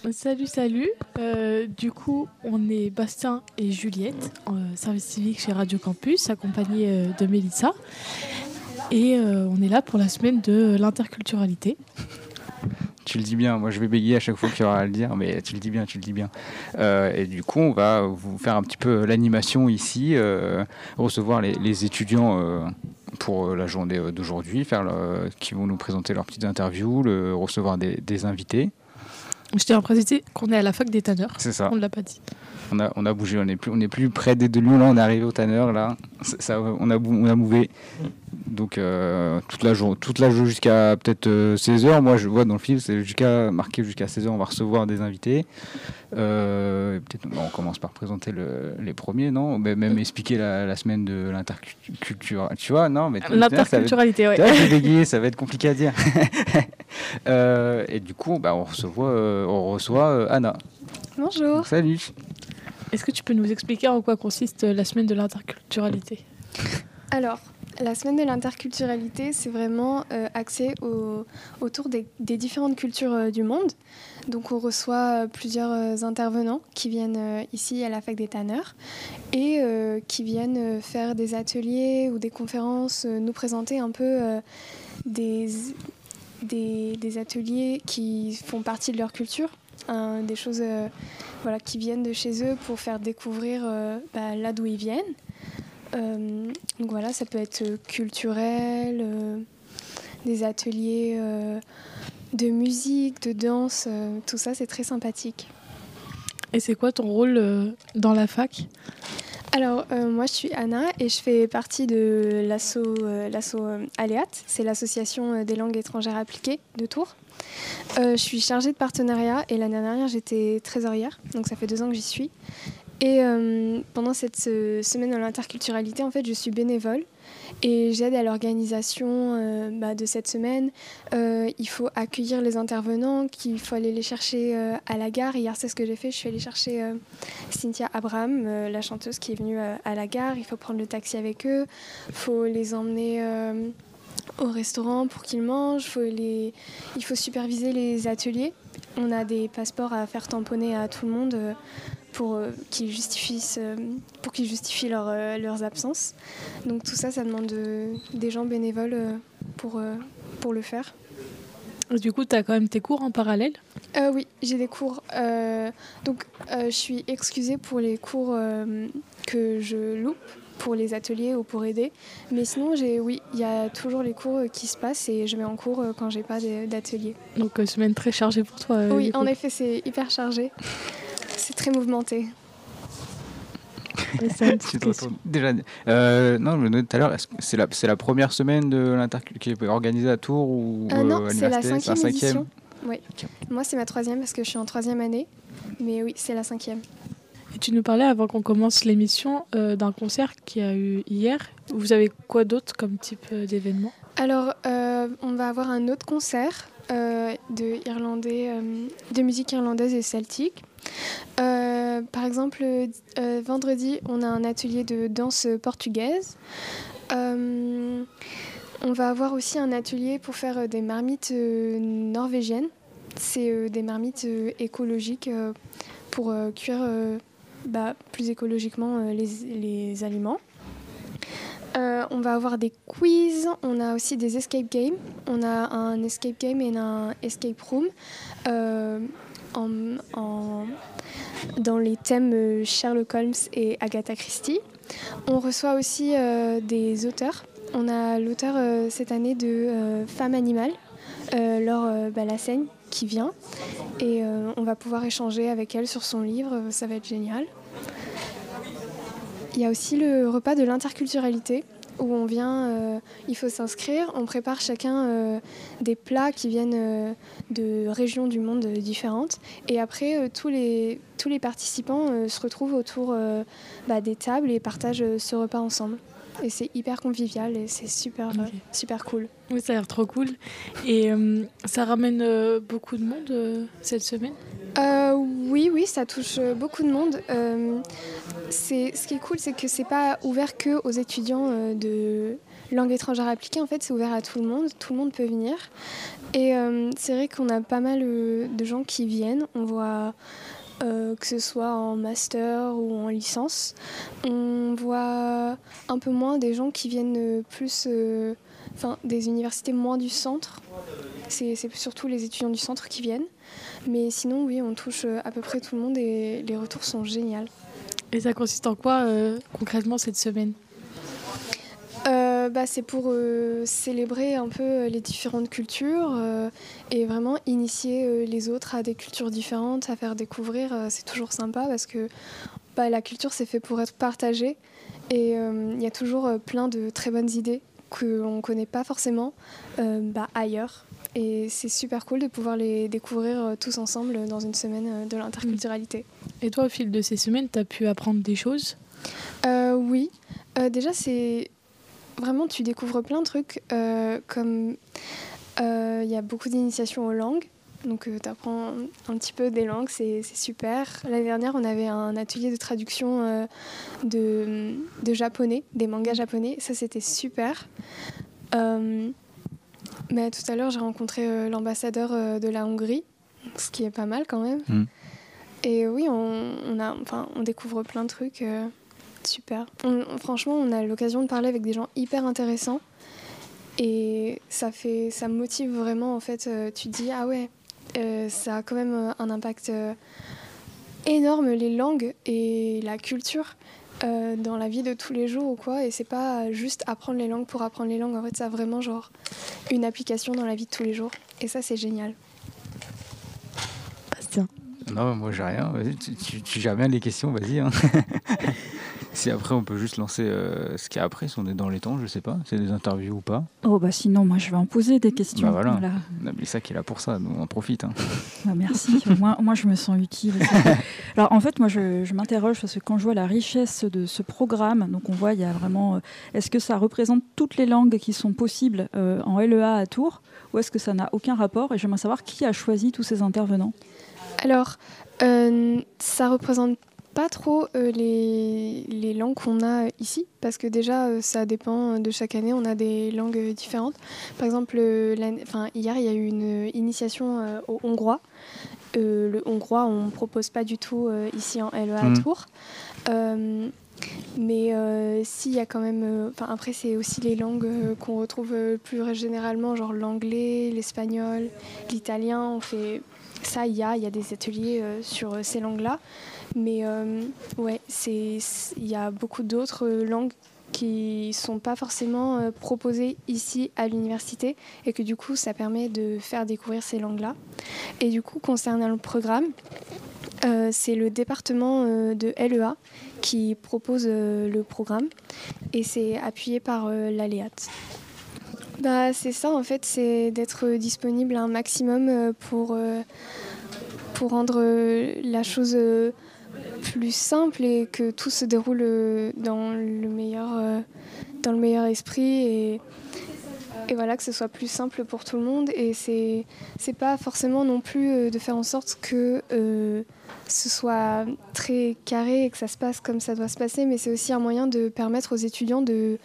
Salut, salut. Du coup, on est Bastien et Juliette, en service civique chez Radio Campus, accompagnés de Mélissa. Et on est là pour la semaine de l'interculturalité. Tu le dis bien, moi je vais bégayer à chaque fois qu'il y aura à le dire, mais tu le dis bien, tu le dis bien. Et du coup, on va vous faire un petit peu l'animation ici, recevoir les étudiants pour la journée d'aujourd'hui, qui vont nous présenter leurs petites interviews, recevoir des invités. Je tiens à préciser qu'on est à la fac des tanneurs. C'est ça. On ne l'a pas dit. On a bougé, on n'est plus près de Lyon, là on est arrivé au Tanner, là, on a mouvé. Donc toute la journée jusqu'à peut-être 16h, moi je vois dans le film, c'est marqué jusqu'à 16h, on va recevoir des invités. Peut-être on commence par présenter les premiers, non? Même expliquer la semaine de l'interculture, tu vois, non? Mais l'interculturalité, oui. Je vais bégayer, ça va être compliqué à dire. Et du coup, on reçoit Anna. Bonjour. Salut. Est-ce que tu peux nous expliquer en quoi consiste la semaine de l'interculturalité ? Alors, la semaine de l'interculturalité, c'est vraiment axé autour des différentes cultures du monde. Donc, on reçoit plusieurs intervenants qui viennent ici à la fac des tanneurs et qui viennent faire des ateliers ou des conférences, nous présenter un peu des ateliers qui font partie de leur culture. Des choses qui viennent de chez eux pour faire découvrir là d'où ils viennent. Donc voilà, ça peut être culturel, des ateliers de musique, de danse, tout ça c'est très sympathique. Et c'est quoi ton rôle dans la fac ? Alors moi je suis Anna et je fais partie de l'asso Aléat, c'est l'association des langues étrangères appliquées de Tours. Je suis chargée de partenariat et l'année dernière j'étais trésorière, donc ça fait 2 ans que j'y suis. Et pendant cette semaine de l'interculturalité, en fait, je suis bénévole et j'aide à l'organisation de cette semaine. Il faut accueillir les intervenants, qu'il faut aller les chercher à la gare. Hier, c'est ce que j'ai fait. Je suis allée chercher Cynthia Abraham, la chanteuse qui est venue à la gare. Il faut prendre le taxi avec eux. Il faut les emmener au restaurant pour qu'ils mangent. Il faut superviser les ateliers. On a des passeports à faire tamponner à tout le monde pour qu'ils justifient leurs absences. Donc tout ça, ça demande des gens bénévoles pour le faire. Du coup, tu as quand même tes cours en parallèle ? Oui, j'ai des cours. Donc je suis excusée pour les cours que je loupe, pour les ateliers ou pour aider. Mais sinon, il y a toujours les cours qui se passent et je vais en cours quand j'ai pas d'atelier. Donc semaine très chargée pour toi. Oui, en effet, c'est hyper chargé. C'est très mouvementé. Déjà, non, je me demandais tout à l'heure, c'est la première semaine de l'interculturalité qui est organisée à Tours ou non, à c'est la l'université, 5e édition. Oui. Okay. Moi, c'est ma 3e parce que je suis en 3e année. Mais oui, c'est la 5e. Et tu nous parlais avant qu'on commence l'émission d'un concert qu'il y a eu hier. Vous avez quoi d'autre comme type d'événement ? Alors, on va avoir un autre concert de musique irlandaise et celtique. Par exemple, vendredi, on a un atelier de danse portugaise. On va avoir aussi un atelier pour faire des marmites norvégiennes. C'est des marmites écologiques pour cuire plus écologiquement les aliments. On va avoir des quiz, on a aussi des escape games. On a un escape game et un escape room dans les thèmes Sherlock Holmes et Agatha Christie. On reçoit aussi des auteurs. On a l'auteur cette année de Femme Animale, Laure Balassaigne, qui vient. Et on va pouvoir échanger avec elle sur son livre, ça va être génial. Il y a aussi le repas de l'interculturalité où on vient, il faut s'inscrire, on prépare chacun des plats qui viennent de régions du monde différentes et après tous les participants se retrouvent autour des tables et partagent ce repas ensemble. Et c'est hyper convivial et c'est super cool. Oui, ça a l'air trop cool. Et ça ramène beaucoup de monde cette semaine ? Oui, ça touche beaucoup de monde. Ce qui est cool, c'est que c'est pas ouvert que aux étudiants de langue étrangère appliquée. En fait, c'est ouvert à tout le monde. Tout le monde peut venir. Et c'est vrai qu'on a pas mal de gens qui viennent. On voit que ce soit en master ou en licence. On voit un peu moins des gens qui viennent plus... des universités moins du centre. C'est surtout les étudiants du centre qui viennent. Mais sinon, oui, on touche à peu près tout le monde et les retours sont géniaux. Et ça consiste en quoi concrètement cette semaine ? C'est pour célébrer un peu les différentes cultures et vraiment initier les autres à des cultures différentes, à faire découvrir. C'est toujours sympa parce que la culture, c'est fait pour être partagée. Et il y a toujours plein de très bonnes idées qu'on ne connaît pas forcément ailleurs. Et c'est super cool de pouvoir les découvrir tous ensemble dans une semaime de l'interculturalité. Et toi, au fil de ces semaines, tu as pu apprendre des choses ? Oui. Déjà, c'est... Vraiment, tu découvres plein de trucs, comme il y a beaucoup d'initiations aux langues. Donc, tu apprends un petit peu des langues, c'est super. L'année dernière, on avait un atelier de traduction de japonais, des mangas japonais. Ça, c'était super. Mais tout à l'heure, j'ai rencontré l'ambassadeur de la Hongrie, ce qui est pas mal quand même. Et oui, on découvre plein de trucs super. Franchement, on a l'occasion de parler avec des gens hyper intéressants. Et ça motive vraiment, en fait. Tu te dis, ah ouais, ça a quand même un impact énorme, les langues et la culture dans la vie de tous les jours ou quoi. Et c'est pas juste apprendre les langues pour apprendre les langues. En fait, ça a vraiment genre une application dans la vie de tous les jours. Et ça, c'est génial. Bastien. Non, moi j'ai rien. Vas-y, tu gères bien les questions, vas-y. Hein. Si après on peut juste lancer ce qu'il y a après, si on est dans les temps, je sais pas, c'est des interviews ou pas. Sinon, moi je vais en poser des questions. Voilà. Mais ça qui est là pour ça, nous on en profite. Hein. Merci, moi je me sens utile. Alors en fait, moi je m'interroge parce que quand je vois la richesse de ce programme, donc on voit il y a vraiment, est-ce que ça représente toutes les langues qui sont possibles en LEA à Tours, ou est-ce que ça n'a aucun rapport? Et j'aimerais savoir qui a choisi tous ces intervenants. Alors, ça représente pas trop les langues qu'on a ici, parce que déjà ça dépend de chaque année, on a des langues différentes. Par exemple, hier il y a eu une initiation au hongrois. Le hongrois on ne propose pas du tout ici en LEA à Tours. Mais s'il y a quand même... après c'est aussi les langues qu'on retrouve plus généralement, genre l'anglais, l'espagnol, l'italien, on fait... Ça, il y a des ateliers sur ces langues-là. Mais il y a beaucoup d'autres langues qui ne sont pas forcément proposées ici à l'université et que du coup, ça permet de faire découvrir ces langues-là. Et du coup, concernant le programme, c'est le département de LEA qui propose le programme et c'est appuyé par l'ALEAT. C'est ça en fait, c'est d'être disponible un maximum pour rendre la chose plus simple et que tout se déroule dans le meilleur esprit et voilà, que ce soit plus simple pour tout le monde. Et c'est pas forcément non plus de faire en sorte que ce soit très carré et que ça se passe comme ça doit se passer, mais c'est aussi un moyen de permettre aux étudiants de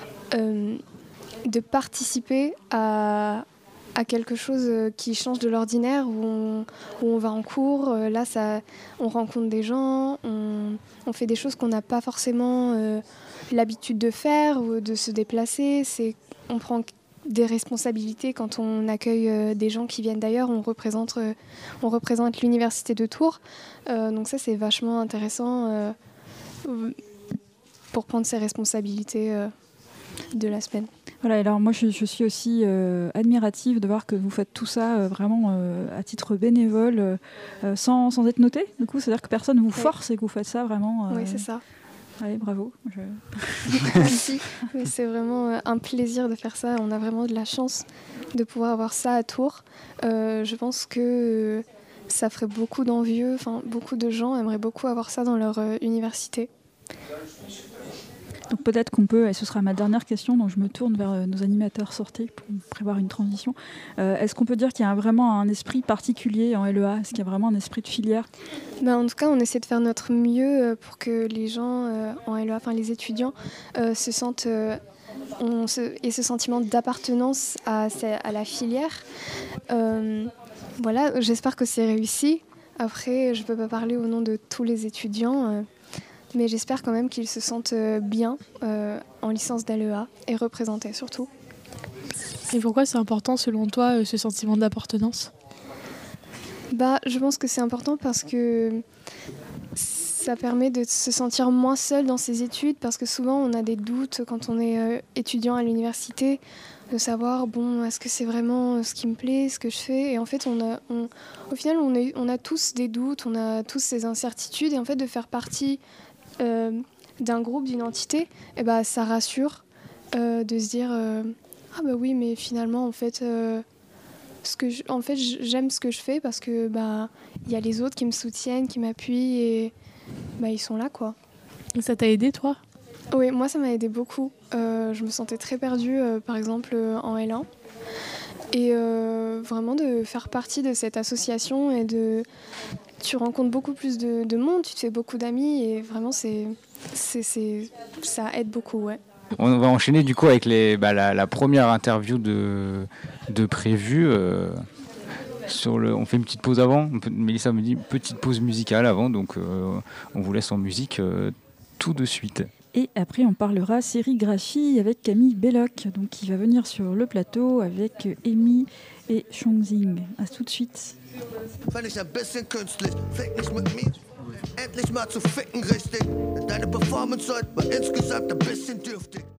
participer à quelque chose qui change de l'ordinaire, où on va en cours, là on rencontre des gens, on fait des choses qu'on n'a pas forcément l'habitude de faire ou de se déplacer. On prend des responsabilités quand on accueille des gens qui viennent d'ailleurs, on représente l'université de Tours, donc ça c'est vachement intéressant pour prendre ses responsabilités de la semaine. Voilà, alors moi je suis aussi admirative de voir que vous faites tout ça vraiment à titre bénévole, sans être noté. Du coup, c'est-à-dire que personne ne vous force et que vous faites ça vraiment. Oui, c'est ça. Allez, bravo. Merci. Mais c'est vraiment un plaisir de faire ça. On a vraiment de la chance de pouvoir avoir ça à Tours. Je pense que ça ferait beaucoup d'envieux. Beaucoup de gens aimeraient beaucoup avoir ça dans leur université. Donc peut-être qu'on peut, et ce sera ma dernière question, donc je me tourne vers nos animateurs sortés pour prévoir une transition. Est-ce qu'on peut dire qu'il y a vraiment un esprit particulier en LEA? Est-ce qu'il y a vraiment un esprit de filière? En tout cas, on essaie de faire notre mieux pour que les gens en LEA, enfin les étudiants, se sentent... et ce sentiment d'appartenance à la filière. Voilà, j'espère que c'est réussi. Après, je ne peux pas parler au nom de tous les étudiants, mais j'espère quand même qu'ils se sentent bien en licence d'LEA et représentés surtout. Et pourquoi c'est important selon toi ce sentiment d'appartenance ? Je pense que c'est important parce que ça permet de se sentir moins seul dans ses études, parce que souvent on a des doutes quand on est étudiant à l'université, de savoir est-ce que c'est vraiment ce qui me plaît, ce que je fais. Et en fait au final on a tous des doutes, on a tous ces incertitudes, et en fait de faire partie d'un groupe, d'une entité, ça rassure de se dire oui, mais finalement en fait j'aime ce que je fais, parce que y a les autres qui me soutiennent, qui m'appuient, et ils sont là, quoi. Et ça t'a aidé, toi ? Oui, moi ça m'a aidé beaucoup. Je me sentais très perdue, par exemple en L1, et vraiment de faire partie de cette association, et tu rencontres beaucoup plus de monde, tu te fais beaucoup d'amis, et vraiment ça aide beaucoup, ouais. On va enchaîner du coup avec la première interview de prévue. On fait une petite pause avant. Mélissa me dit petite pause musicale avant, donc on vous laisse en musique tout de suite. Et après, on parlera sérigraphie avec Camille Belloc, donc qui va venir sur le plateau avec Amy et Chongxing. À tout de suite. Endlich mal zu ficken, richtig. Deine Performance heute war insgesamt ein bisschen dürftig.